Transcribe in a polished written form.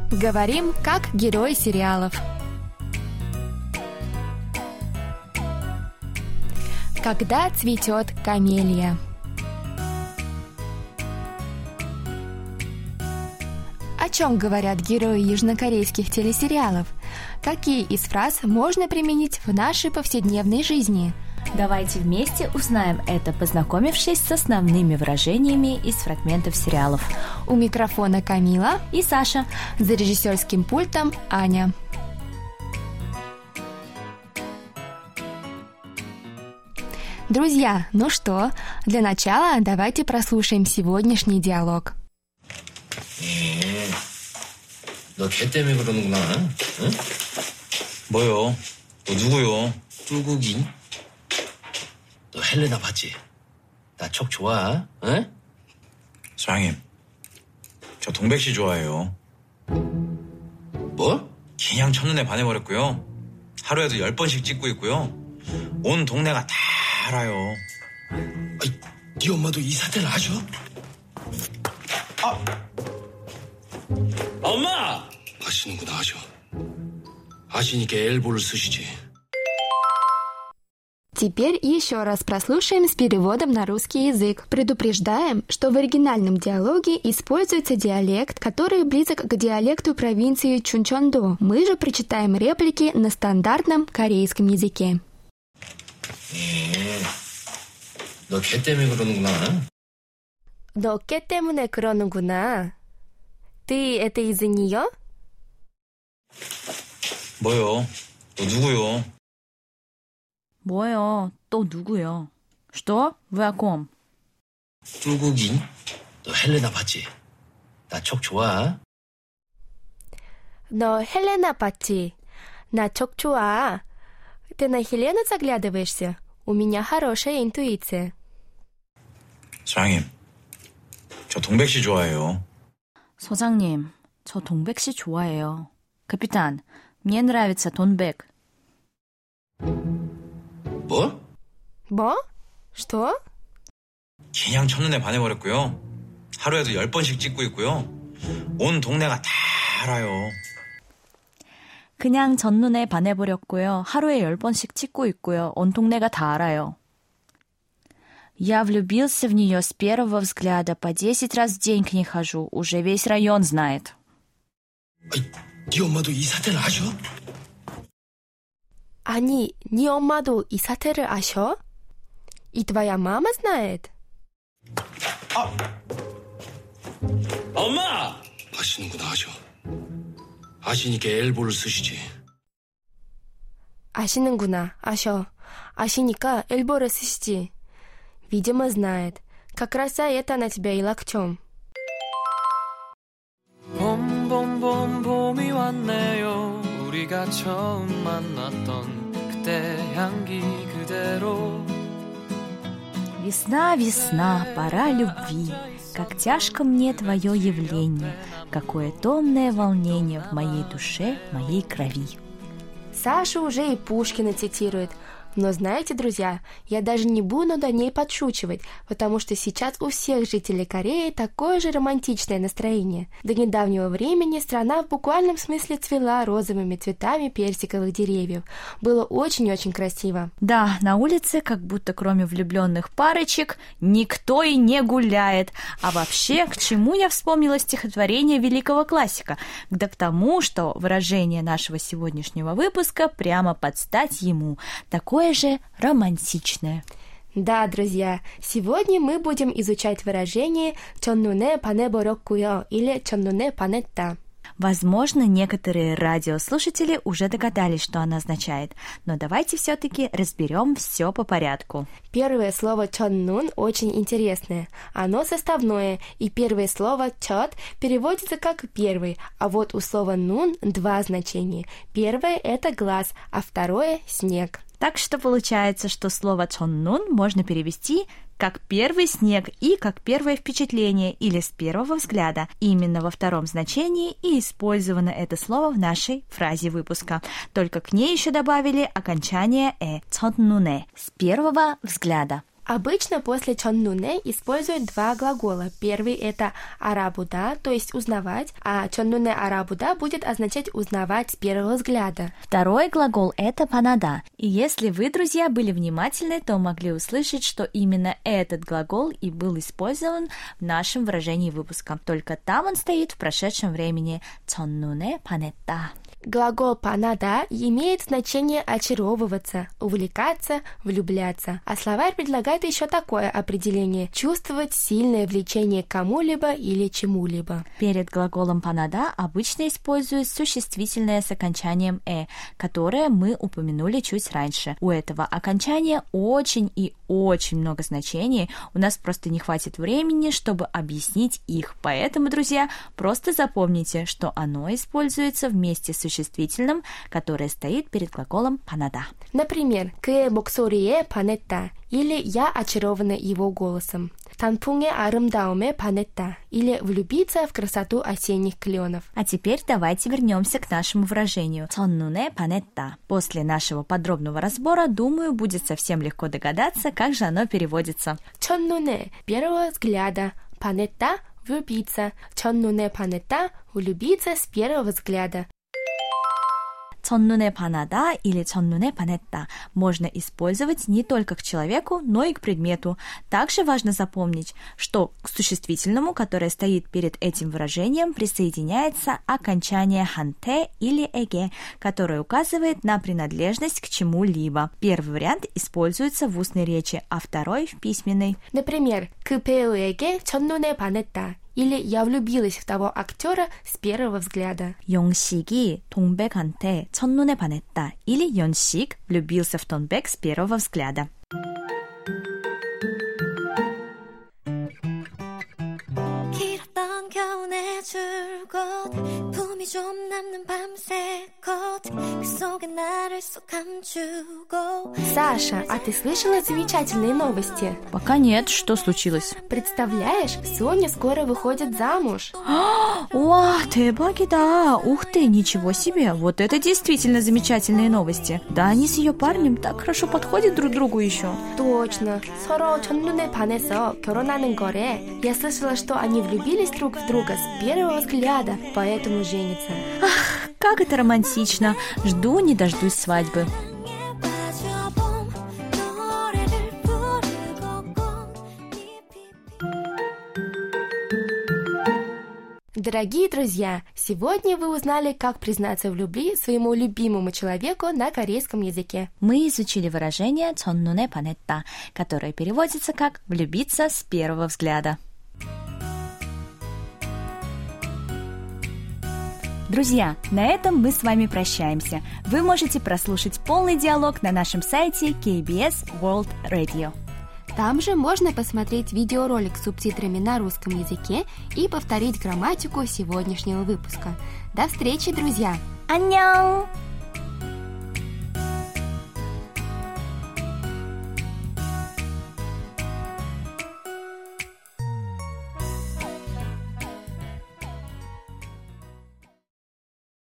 Говорим, как герои сериалов. Когда цветет камелия. О чем говорят герои южнокорейских телесериалов? Какие из фраз можно применить в нашей повседневной жизни? Давайте вместе узнаем это, познакомившись с основными выражениями из фрагментов сериалов. У микрофона Камила и Саша. За режиссерским пультом Аня. Друзья, ну что, для начала давайте прослушаем сегодняшний диалог. 너 걔 때문에 그러는구나. 응? 뭐요? 너 누구요? 뚜국이? 너 헬레나 봤지? 나 척 좋아. 응? 사장님, 저 동백 씨 좋아해요. 뭐? 그냥 첫눈에 반해버렸고요. 하루에도 10번씩 찍고 있고요. 온 동네가 다 알아요. 아이, 네 엄마도 이 사태를 아셔? 엄마! 아시는구나, 아셔. 아시니까 엘보를 쓰시지. Теперь еще раз прослушаем с переводом на русский язык. Предупреждаем, что в оригинальном диалоге используется диалект, который близок к диалекту провинции Чунчондо. Мы же прочитаем реплики на стандартном корейском языке. 너 걔 때문에 그러는구나. 너 걔 때문에 그러는구나. Ты это из-за нее? 뭐요? 너 누구요? 뭐요? 또 누구요? Что? Вы о ком? 뚜국이? 너 헬레나 봤지? 나 척 좋아. 너 Хелена 봤지? На 척 좋아. Ты на Хелену заглядываешься? У меня хорошая интуиция. 사장님, 저 동백 씨 좋아해요. 소장님, 저 동백 씨 좋아해요. Капитан, мне нравится Донбек. 뭐? 뭐? Что? 그냥 첫눈에 반해버렸고요. 하루에도 10번씩 찍고 있고요. 온 동네가 다 알아요. 그냥 첫눈에 반해버렸고요. 하루에 10번씩 찍고 있고요. 온 동네가 다 알아요. Я влюбился в нее с первого взгляда. По 10 раз в день к ней хожу. Уже весь район знает. 아이, 네 엄마도 이 사태를 아셔? 아니, 네 엄마도 이 사태를 아셔? И твоя мама знает? 엄마! 아시는구나, 아셔. 아시니까 엘보를 쓰시지. 아시는구나, 아셔. 아시니까 эль보를 쓰시지. Видимо, знает. Как раз за это она тебя и локтем. 봄봄봄 봄이 왔네요. 우리가 처음 만났던 그때 향기 그대로. Весна, весна, пора любви. Как тяжко мне твое явление. Какое томное волнение в моей душе, в моей крови. Саша уже и Пушкина цитирует. Но знаете, друзья, я даже не буду над ней подшучивать, потому что сейчас у всех жителей Кореи такое же романтичное настроение. До недавнего времени страна в буквальном смысле цвела розовыми цветами персиковых деревьев. Было очень-очень красиво. Да, на улице как будто кроме влюбленных парочек никто и не гуляет. А вообще, к чему я вспомнила стихотворение великого классика? Да к тому, что выражение нашего сегодняшнего выпуска прямо под стать ему. Такое же романтичное. Да, друзья, сегодня мы будем изучать выражение «첫눈에 반해버렸고요» или «첫눈에 반했다». Возможно, некоторые радиослушатели уже догадались, что она означает, но давайте все-таки разберем все по порядку. Первое слово «첫눈» очень интересное. Оно составное, и первое слово «첫» переводится как «первый», а вот у слова «нун» два значения. Первое – это глаз, а второе – снег. Так что получается, что слово «첫눈» можно перевести как первый снег и как первое впечатление или с первого взгляда. Именно во втором значении и использовано это слово в нашей фразе выпуска. Только к ней еще добавили окончание «첫눈에» – с первого взгляда. Обычно после 첫눈에 используют два глагола. Первый это 알아보다, то есть узнавать, а 첫눈에 알아보다 будет означать узнавать с первого взгляда. Второй глагол это понада. И если вы, друзья, были внимательны, то могли услышать, что именно этот глагол и был использован в нашем выражении выпуска. Только там он стоит в прошедшем времени. 첫눈에 반했다. Глагол «понада» имеет значение очаровываться, увлекаться, влюбляться. А словарь предлагает еще такое определение – чувствовать сильное влечение к кому-либо или чему-либо. Перед глаголом «понада» обычно используют существительное с окончанием «э», которое мы упомянули чуть раньше. У этого окончания очень и очень много значений, у нас просто не хватит времени, чтобы объяснить их. Поэтому, друзья, просто запомните, что оно используется вместе с существительным, которое стоит перед глаголом «понада». Например, 그의 목소리에 반했다 или «я очарована его голосом». 단풍의 아름다움에 반했다 или «влюбиться в красоту осенних кленов». А теперь давайте вернемся к нашему выражению 첫눈에 반했다. После нашего подробного разбора, думаю, будет совсем легко догадаться, как же оно переводится. 첫눈에 – первого взгляда, 반했다 – влюбиться, 첫눈에 반했다 – влюбиться с первого взгляда. 첫눈에 반하다 или 첫눈에 반했다 можно использовать не только к человеку, но и к предмету. Также важно запомнить, что к существительному, которое стоит перед этим выражением, присоединяется окончание 한테 или эге, которое указывает на принадлежность к чему-либо. Первый вариант используется в устной речи, а второй в письменной. Например, 그 배우에게 첫눈에 반했다. Или «я влюбилась в того актера с первого взгляда». 영식이 동백한테 첫눈에 반했다. Или 연식 влюбился в 동백 с первого взгляда. 길었던 겨울의 줄곧 품이 좀 남는 밤새 것 그 속에 나를 쏙 감추고. Саша, а ты слышала замечательные новости? Пока нет, что случилось? Представляешь, Соня скоро выходит замуж. 와, 대박이다. Ух ты, ничего себе. Вот это действительно замечательные новости. Да они с ее парнем так хорошо подходят друг другу еще. Точно. 서로 첫눈에 반해서 결혼하는 거래. Я слышала, что они влюбились друг в друга с первого взгляда, поэтому женятся. Ах, как это романтично. Жду не дождусь свадьбы. Дорогие друзья, сегодня вы узнали, как признаться в любви своему любимому человеку на корейском языке. Мы изучили выражение 첫눈에 반했다, которое переводится как «влюбиться с первого взгляда». Друзья, на этом мы с вами прощаемся. Вы можете прослушать полный диалог на нашем сайте KBS World Radio. Там же можно посмотреть видеоролик с субтитрами на русском языке и повторить грамматику сегодняшнего выпуска. До встречи, друзья! 안녕!